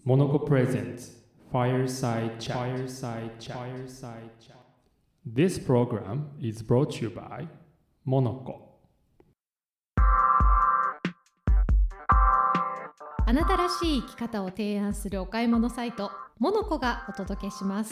Monoco presents Fireside Chat. This program is brought to you by Monoco. あなたらしい生き方を提案するお買い物サイトモノコがお届けします。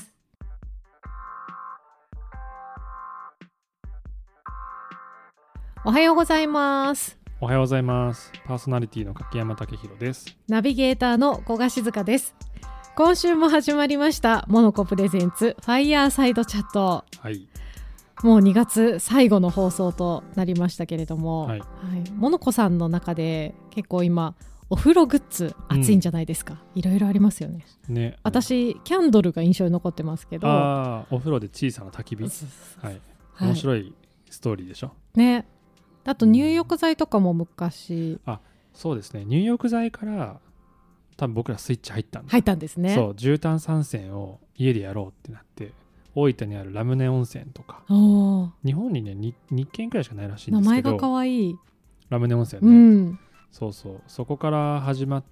おはようございます。 おはようございます。パーソナリティの柿山武弘です。 ナビゲーターの古賀静香です。今週も始まりましたモノコプレゼンツファイヤーサイドチャット、 はい、 もう2月最後の放送となりましたけれども、 はいモノコさんの中で結構今お風呂グッズ熱いんじゃないですか、いろいろありますよね。私キャンドルが印象に残ってますけど、 お風呂で小さな焚き火、面白いストーリーでしょね。あと入浴剤とかも昔、 そうですね、入浴剤から多分僕らスイッチ入ったんですね。 そう、重炭酸泉を家でやろうってなって、大分にあるラムネ温泉とか、日本にね 2軒くらいしかないらしいんですけど、 名前がかわいいラムネ温泉ね、そうそう、そこから始まって、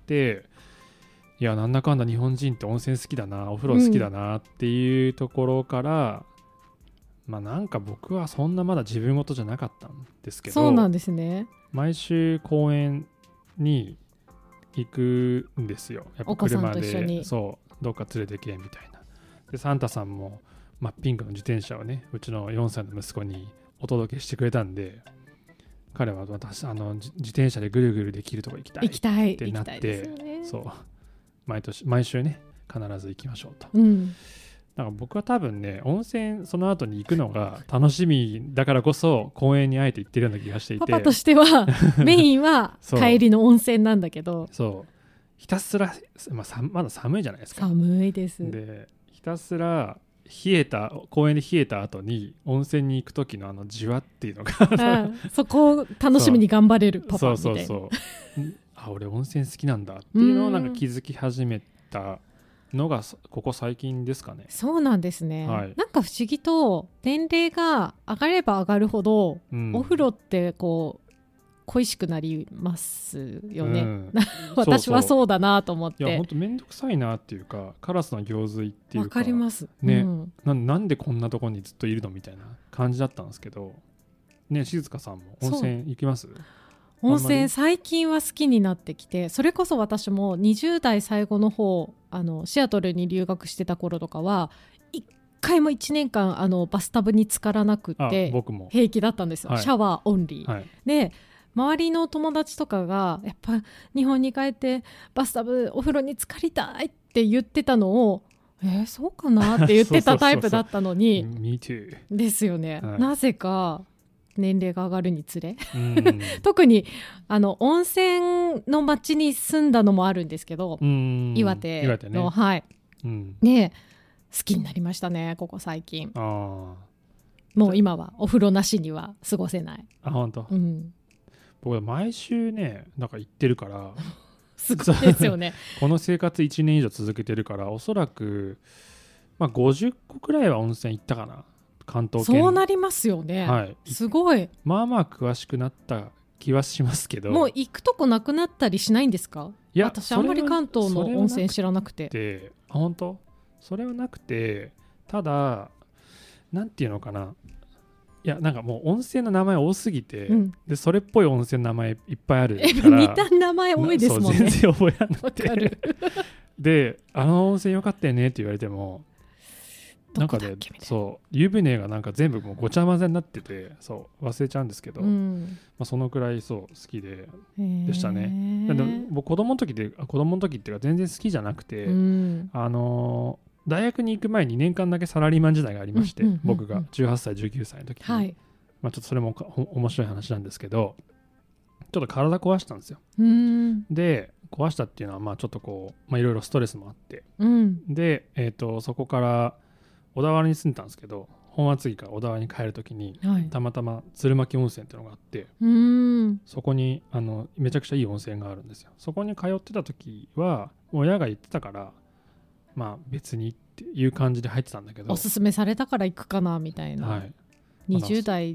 いやなんだかんだ日本人って温泉好きだな、お風呂好きだなっていうところから、なんか僕はそんなまだ自分事じゃなかったんですけど、 そうなんですね。 毎週公園に行くんですよ。やっぱ車で、そうどっか連れてけみたいな。でサンタさんも真っピンクの自転車をね、うちの4歳の息子にお届けしてくれたんで、彼は私自転車でぐるぐるできるとこ行きたいってなって、そう毎週ね必ず行きましょうと。だから僕は多分ね、温泉その後に行くのが楽しみだからこそ公園にあえて行ってるような気がしていて、 パパとしてはメインは帰りの温泉なんだけどそうひたすら、まだ寒いじゃないですか。 寒いです。 でひたすら公園で冷えた後に温泉に行く時のじわっていうのがそこを楽しみに頑張れるパパみたいな。 そう俺温泉好きなんだっていうのをなんか気づき始めたのがここ最近ですかね。 そうなんですね、なんか不思議と年齢が上がれば上がるほど、お風呂ってこう恋しくなりますよね、私はそうだなと思って。 いや本当めんどくさいなっていうか、カラスの行水っていうか、 わかりますね、なんでこんなとこにずっといるのみたいな感じだったんですけどね。静香さんも温泉行きます？ 温泉最近は好きになってきて、それこそ私も20代最後の方シアトルに留学してた頃とかは1回も1年間バスタブに浸からなくて平気だったんですよ、シャワーオンリー、で周りの友達とかがやっぱ日本に帰ってバスタブお風呂に浸かりたいって言ってたのをそうかなって言ってたタイプだったのに Me too ですよね、なぜか年齢が上がるにつれ特に温泉の町に住んだのもあるんですけど、岩手の、ね、好きになりましたね、ここ最近。もう今はお風呂なしには過ごせない。 本当、僕は毎週ねなんか行ってるからすごいですよねこの生活1年以上続けてるから、おそらく、50個くらいは温泉行ったかな、関東圏。 そうなりますよね、すごい。 詳しくなった気はしますけど、 もう行くとこなくなったりしないんですか？いや、私あんまり関東の温泉知らなくて。 本当？それはなくて、ただなんていうのかな、いやなんかもう温泉の名前多すぎて、でそれっぽい温泉の名前いっぱいあるから似た名前多いですもんね。 全然覚えられなくてで温泉よかったよねって言われても、なんかね、そう湯船がなんか全部もうごちゃ混ぜになってて、そう忘れちゃうんですけど、そのくらいそう好きでしたね。でも僕子供の時っていうか全然好きじゃなくて、大学に行く前に2年間だけサラリーマン時代がありまして、僕が18歳19歳の時に、ちょっとそれも面白い話なんですけど、ちょっと体壊したんですよ。で壊したっていうのはちょっとこういろいろストレスもあって、で、そこから小田原に住んでたんですけど、本厚木から小田原に帰るときに、たまたま鶴巻温泉っていうのがあって、そこにめちゃくちゃいい温泉があるんですよ。そこに通ってた時は親が言ってたから、別にっていう感じで入ってたんだけど、 おすすめされたから行くかなみたいな、20代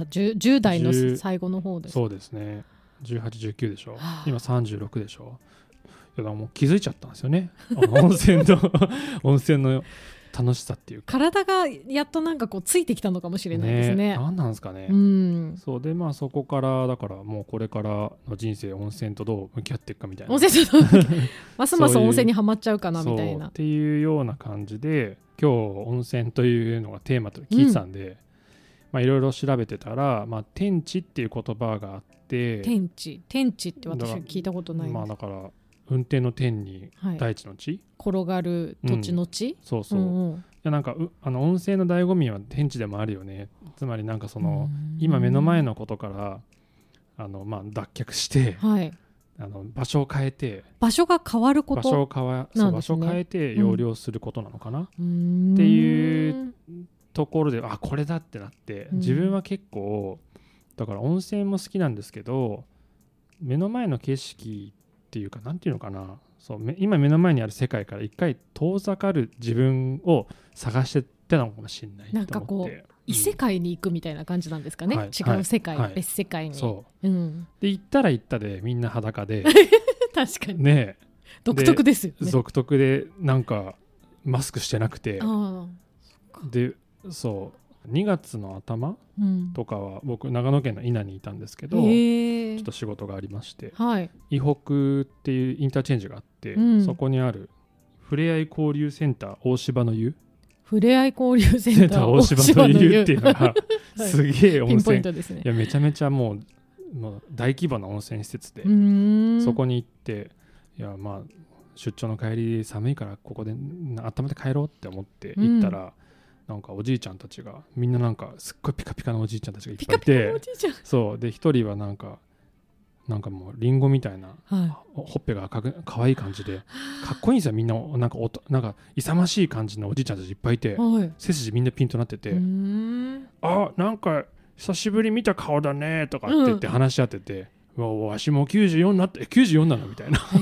10代の最後の方です。 そうですね、18、19でしょ、今36でしょ。 もう気づいちゃったんですよね温泉の楽しさっていうか、 体がやっとなんかこうついてきたのかもしれないですね。 何なんですかね、そうでそこからだからもうこれからの人生温泉とどう向き合っていくかみたいな、 温泉とますます温泉にはまっちゃうかなみたいなっていうような感じで、今日温泉というのがテーマと聞いてたんで、いろいろ調べてたら、天地っていう言葉があって、天地って私は聞いたことないんです。だから運転の天に大地の地、転がる土地の地、 そうそう、いやなんか温泉の醍醐味は天地でもあるよね。つまりなんかその今目の前のことから脱却して、場所を変えて、 場所が変わること、 場所を変えて要領することなのかな、っていうところでこれだってなって、自分は結構だから温泉も好きなんですけど、目の前の景色っていうか、なんていうのかな、今目の前にある世界から一回遠ざかる自分を探してってたのかもしれない。 なんかこう異世界に行くみたいな感じなんですかね、違う世界、別世界に。そう、で行ったら行ったでみんな裸で確かにね、 独特ですよね。 独特でなんかマスクしてなくて、で2月の頭とかは僕長野県の伊那にいたんですけど、ちょっと仕事がありまして、伊北っていうインターチェンジがあって、そこにあるふれあい交流センター大芝の湯、ふれあい交流センター大芝の湯っていうのがすげえ温泉、ピンポイントですね。いやめちゃめちゃもう大規模な温泉施設で、そこに行って、いや出張の帰り寒いからここで温めて帰ろうって思って行ったら、なんかおじいちゃんたちがみんななんかすっごいピカピカのおじいちゃんたちがいっぱいいて、そうで一人はなんかもうリンゴみたいな、ほっぺがかわいい感じでかっこいいんですよ。みんななんか勇ましい感じのおじいちゃんたちいっぱいいて、背筋みんなピンとなってて、なんか久しぶり見た顔だねとかって言って話し合ってて、わしも94になって94なのみたいなじゃあ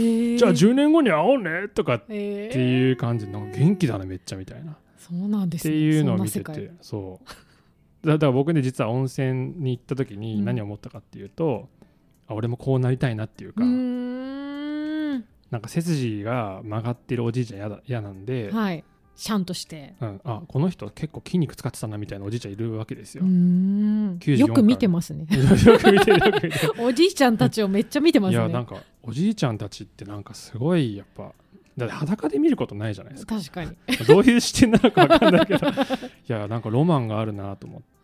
10年後に会おうねとかっていう感じで、なんか元気だねめっちゃみたいな、 そうなんですね、 っていうのを見てて、そうだから僕ね実は温泉に行った時に何を思ったかっていうと、俺もこうなりたいなっていうか、なんか背筋が曲がってるおじいちゃん嫌なんで、シャンとして、この人結構筋肉使ってたなみたいなおじいちゃんいるわけですよ。 よく見てますねよく見てるおじいちゃんたちをめっちゃ見てますね。 いやなんかおじいちゃんたちってなんかすごいやっぱだって裸で見ることないじゃないですか。 確かにどういう視点なのか分かんないけどいやなんかロマンがあるなと思って、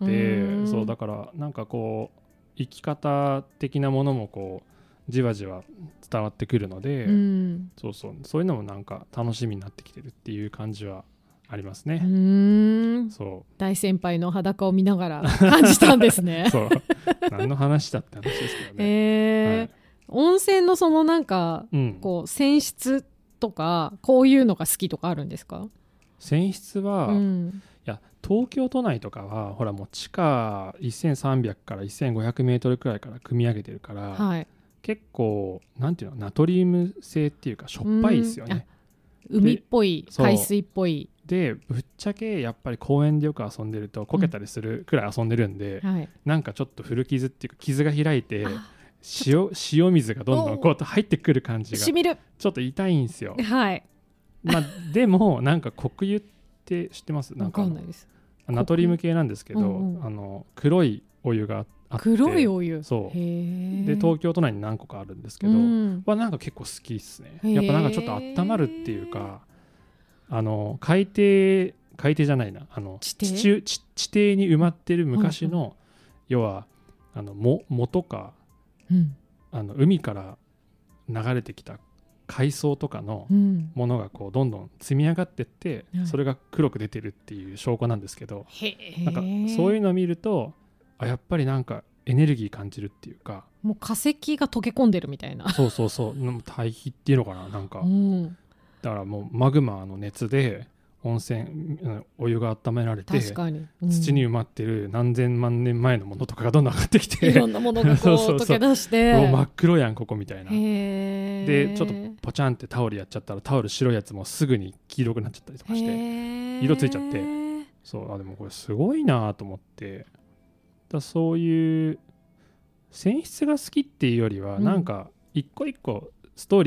そうだからなんかこう生き方的なものもこうじわじわ伝わってくるので、そういうのもなんか楽しみになってきてるっていう感じはありますね。そう大先輩の裸を見ながら感じたんですねそう何の話だって話ですけどね、 温泉のそのなんか、こう泉質とかこういうのが好きとかあるんですか？ 泉質は、いや東京都内とかはほらもう地下1300から1500メートルくらいから組み上げてるから、結構なんていうのナトリウム性っていうかしょっぱいですよね。 海っぽい海水っぽいでぶっちゃけやっぱり公園でよく遊んでるとこけたりするくらい遊んでるんで、なんかちょっと古傷っていうか傷が開いて塩水がどんどんこう入ってくる感じがちょっと痛いんですよ。でもなんか黒湯って知ってます？なんかナトリウム系なんですけど、黒いお湯があって、 黒いお湯、 そうで東京都内に何個かあるんですけど、なんか結構好きですね。やっぱなんかちょっと温まるっていうか、海底じゃないな、地底に埋まってる昔の、要は藻とか、海から流れてきた海藻とかのものがこうどんどん積み上がってって、それが黒く出てるっていう証拠なんですけど、なんかそういうのを見るとやっぱりなんかエネルギー感じるっていうか、 もう化石が溶け込んでるみたいな、 そう対比っていうのかな、なんか、だからもうマグマの熱で温泉、お湯が温められて、土に埋まってる何千万年前のものとかがどんどん上がってきて、 いろんなものがこう溶け出してもう真っ黒やんここみたいな。でちょっとポチャンってタオルやっちゃったらタオル白いやつもすぐに黄色くなっちゃったりとかして色ついちゃって、でもこれすごいなと思って、そういう泉質が好きっていうよりは、なんか一個一個ストーリーが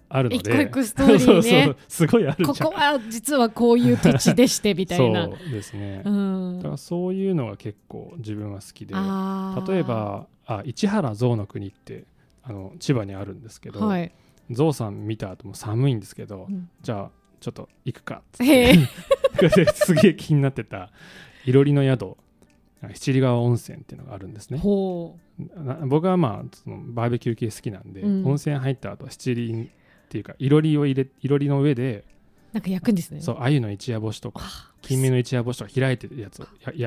あるので、 一個一個ストーリーねそうそうすごいあるじゃん。 ここは実はこういう土地でしてみたいなそうですね、 うん、 だからそういうのが結構自分は好きで、 あ例えば市原象の国って千葉にあるんですけど、 はい、 象さん見た後も寒いんですけど、じゃあちょっと行くかっつっへてすげえ気になってたいろりの宿七里川温泉っていうのがあるんですね。 ほう、 僕はまあそのバーベキュー系好きなんで、温泉入った後は七里っていうかいろりの上でなんか焼くんですね。 そう鮎の一夜干しとか金目の一夜干しとか開いてるやつを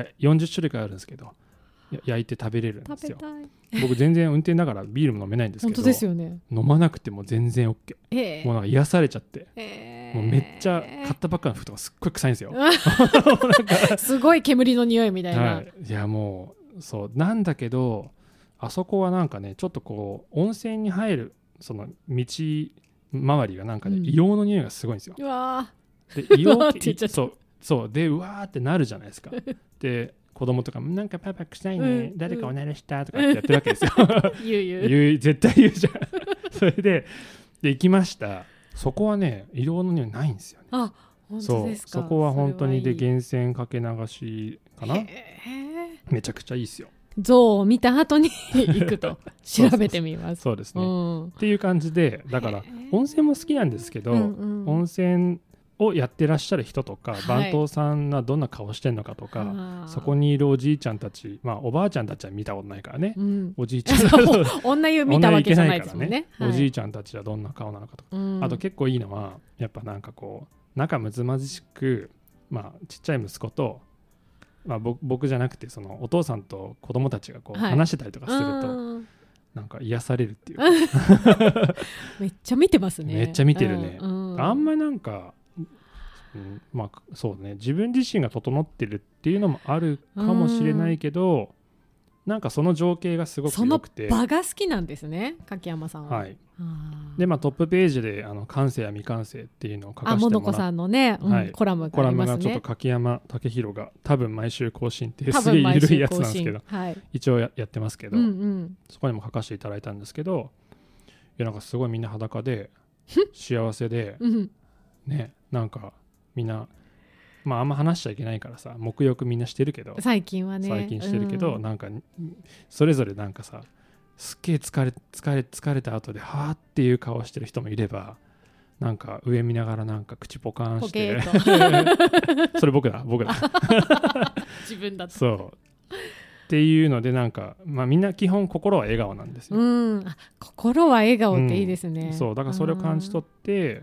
40種類からあるんですけど焼いて食べれるんですよ。僕全然運転だからビールも飲めないんですけど、 本当ですよね、 飲まなくても全然 OK、もうなんか癒されちゃって、もうめっちゃ買ったばっかの服とかすっごい臭いんですよすごい煙の匂いみたいな、 はい、いやもうそうなんだけど、あそこはなんかねちょっとこう温泉に入るその道周りがなんかね、硫黄の匂いがすごいんですよ。 うわで硫黄ってそうでうわーってなるじゃないですかで子供とかなんかパパ臭いね、誰かおならしたとかってやってるわけですよ言う絶対言うじゃんそれで行きました。そこはね硫黄の匂いないんですよね。 あ、本当ですか。 そこは本当にで源泉かけ流しかな、めちゃくちゃいいですよ。 象を見た後に行くと調べてみます。 そうですね、っていう感じで、だから温泉も好きなんですけど、温泉をやってらっしゃる人とか、番頭さんがどんな顔してんのかとか、そこにいるおじいちゃんたち、まあおばあちゃんたちは見たことないからね、おじいちゃん女湯見たわけじゃないですもんね。 おじいちゃんたちはどんな顔なのかとか、あと結構いいのはやっぱなんかこう仲睦まじしく、まあちっちゃい息子と、まあ、僕じゃなくてそのお父さんと子供たちがこう話してたりとかすると、なんか癒されるっていうかめっちゃ見てますね。 めっちゃ見てるね、あんまりなんか、まあそうね、自分自身が整ってるっていうのもあるかもしれないけど、なんかその情景がすごく良くて、 その場が好きなんですね、柿山さんは。はい、 でまあトップページで感性や未完成っていうのを書かせてもらって、 ものこさんのね、コラムがありますね。コラムがちょっと柿山武宏が多分毎週更新っていうすげえ緩いやつなんですけど、一応 やってますけど、そこにも書かせていただいたんですけど、いやなんかすごいみんな裸で幸せでね、なんかみんなまああんま話しちゃいけないからさ、沐浴みんなしてるけど、 最近はね最近してるけど、なんかそれぞれなんかさ、すっげえ疲れた後ではーっていう顔してる人もいれば、なんか上見ながらなんか口ポカーンしてそれ僕だ自分だとそうっていうので、なんか、まあ、みんな基本心は笑顔なんですよ。 心は笑顔っていいですね、 そうだからそれを感じ取って、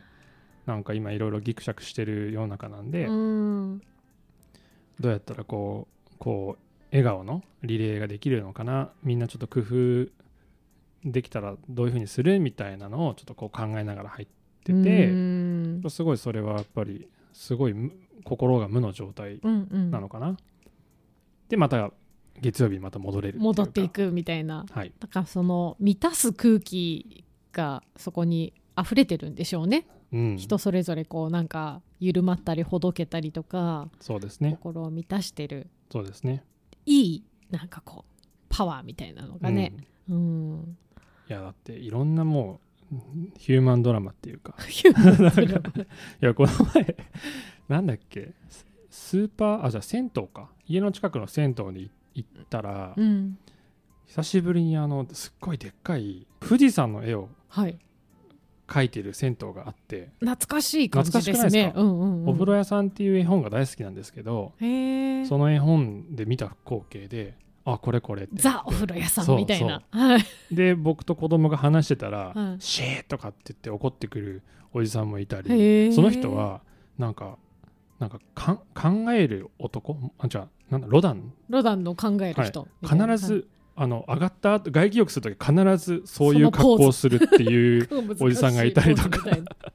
なんか今いろいろギクシャクしてる世の中なんで、どうやったらこう笑顔のリレーができるのかな、みんなちょっと工夫できたらどういう風にするみたいなのをちょっとこう考えながら入ってて、すごいそれはやっぱりすごい心が無の状態なのかな、でまた月曜日また戻っていくみたいな、 だからその満たす空気がそこに溢れてるんでしょうね、人それぞれこうなんか緩まったりほどけたりとか、 そうですね、 心を満たしてる、 そうですね、 いいなんかこうパワーみたいなのがね、 いやだっていろんなもうヒューマンドラマっていうかいやこの前なんだっけ、スーパーじゃあ銭湯か、家の近くの銭湯に行ったら、久しぶりにすっごいでっかい富士山の絵を描いてる銭湯があって、 懐かしい感じですね。 お風呂屋さんっていう絵本が大好きなんですけど、その絵本で見た光景で、あこれってザお風呂屋さんみたいな、 で僕と子供が話してたら、シェーとかって言って怒ってくるおじさんもいたり、その人はなんか考える男、なんだロダンの考える人、 必ず、上がった後外気浴するとき必ずそういう格好をするっていうおじさんがいたりとか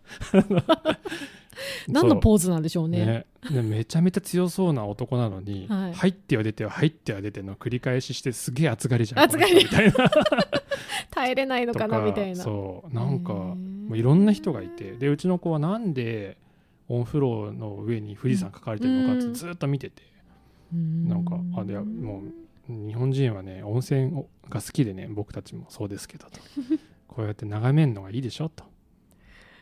何のポーズなんでしょう ねめちゃめちゃ強そうな男なのに、入っては出ては入っては出ての繰り返しして、すげえ暑がりじゃんみたいな耐えれないのかなみたいな、 そうなんかもういろんな人がいて、でうちの子はなんでお風呂の上に富士山描かれてるのかってずっと見てて、なんかもう日本人はね温泉が好きでね、僕たちもそうですけどとこうやって眺めるのがいいでしょと、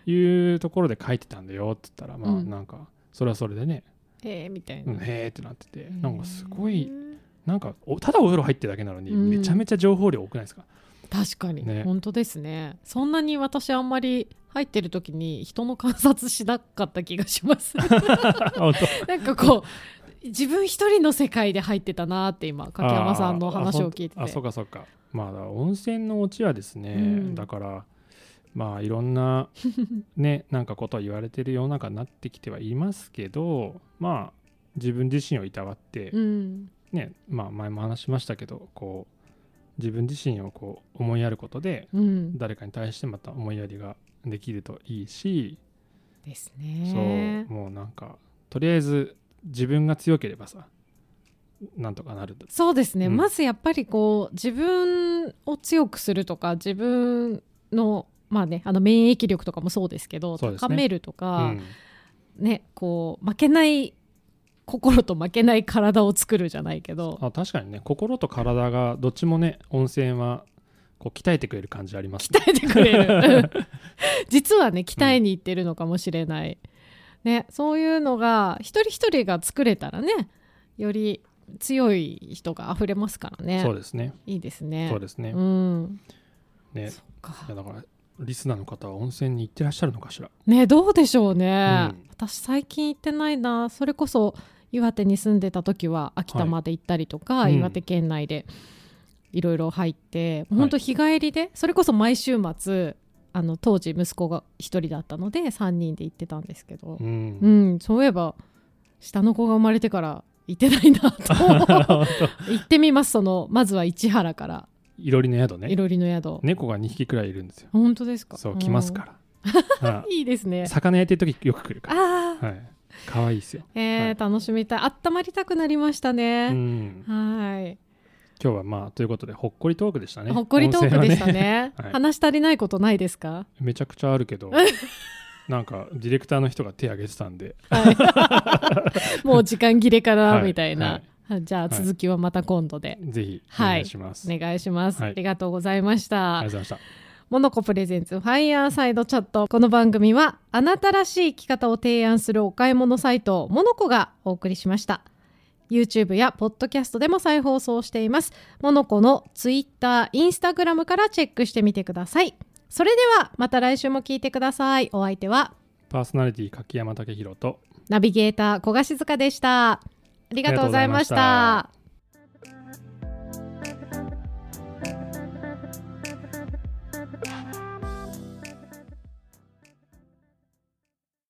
いうところで書いてたんだよって言ったら、まあなんかそれはそれでね、 みたいな、 へーってなってて、なんかすごいなんかただお風呂入ってるだけなのにめちゃめちゃ情報量多くないですか？ 確かに、ね、本当ですね。そんなに私あんまり入ってる時に人の観察しなかった気がしますなんかこう自分一人の世界で入ってたなって今柿山さんの話を聞いてて、 そうかそうか。まあ温泉のオチはですね、だからまあいろんなねなんかことを言われてる世の中になってきてはいますけど、まあ自分自身をいたわって、ね、まあ前も話しましたけど、こう自分自身をこう思いやることで、誰かに対してまた思いやりができるといいしですね。 そう、もうなんかとりあえず自分が強ければさなんとかなる。 そうですね、まずやっぱりこう自分を強くするとか、自分のまあね、免疫力とかもそうですけど、高めるとか、ね、こう負けない心と負けない体を作るじゃないけど、 確かにね、心と体がどっちもね、温泉はこう鍛えてくれる感じありますね。鍛えてくれる実はね、鍛えに行ってるのかもしれない、ね、そういうのが一人一人が作れたらね、より強い人が溢れますからね。 そうですね、 いいですね。 そうですね、ね、そっか。いやだからリスナーの方は温泉に行ってらっしゃるのかしらね。 どうでしょうね、私最近行ってないな。それこそ岩手に住んでた時は秋田まで行ったりとか、岩手県内でいろいろ入って、本当日帰りで、それこそ毎週末当時息子が1人だったので3人で行ってたんですけど、そういえば下の子が生まれてから行ってないなと行ってみます。まずは市原からいろりの宿ね。 いろりの宿、猫が2匹くらいいるんですよ。 本当ですか？ そう、来ますからいいですね。 魚焼いてる時よく来るから、可愛いですよ。 楽しみたい。あったまりたくなりましたね。はい。 今日はまあということでほっこりトークでしたね。 ほっこりトークでしたね。話し足りないことないですか？ めちゃくちゃあるけどなんかディレクターの人が手挙げてたんで、 もう時間切れかなみたいな。じゃあ続きはまた今度で、 ぜひお願いします。 お願いします。ありがとうございました。 ありがとうございました。 モノコプレゼンツファイヤーサイドチャット。この番組はあなたらしい生き方を提案するお買い物サイトモノコがお送りしました。 YouTube やポッドキャストでも再放送しています。モノコの Twitter、Instagram からチェックしてみてください。それではまた来週も聞いてください。お相手はパーソナリティ柿山武宏とナビゲーター小賀静香でした。ありがとうございました。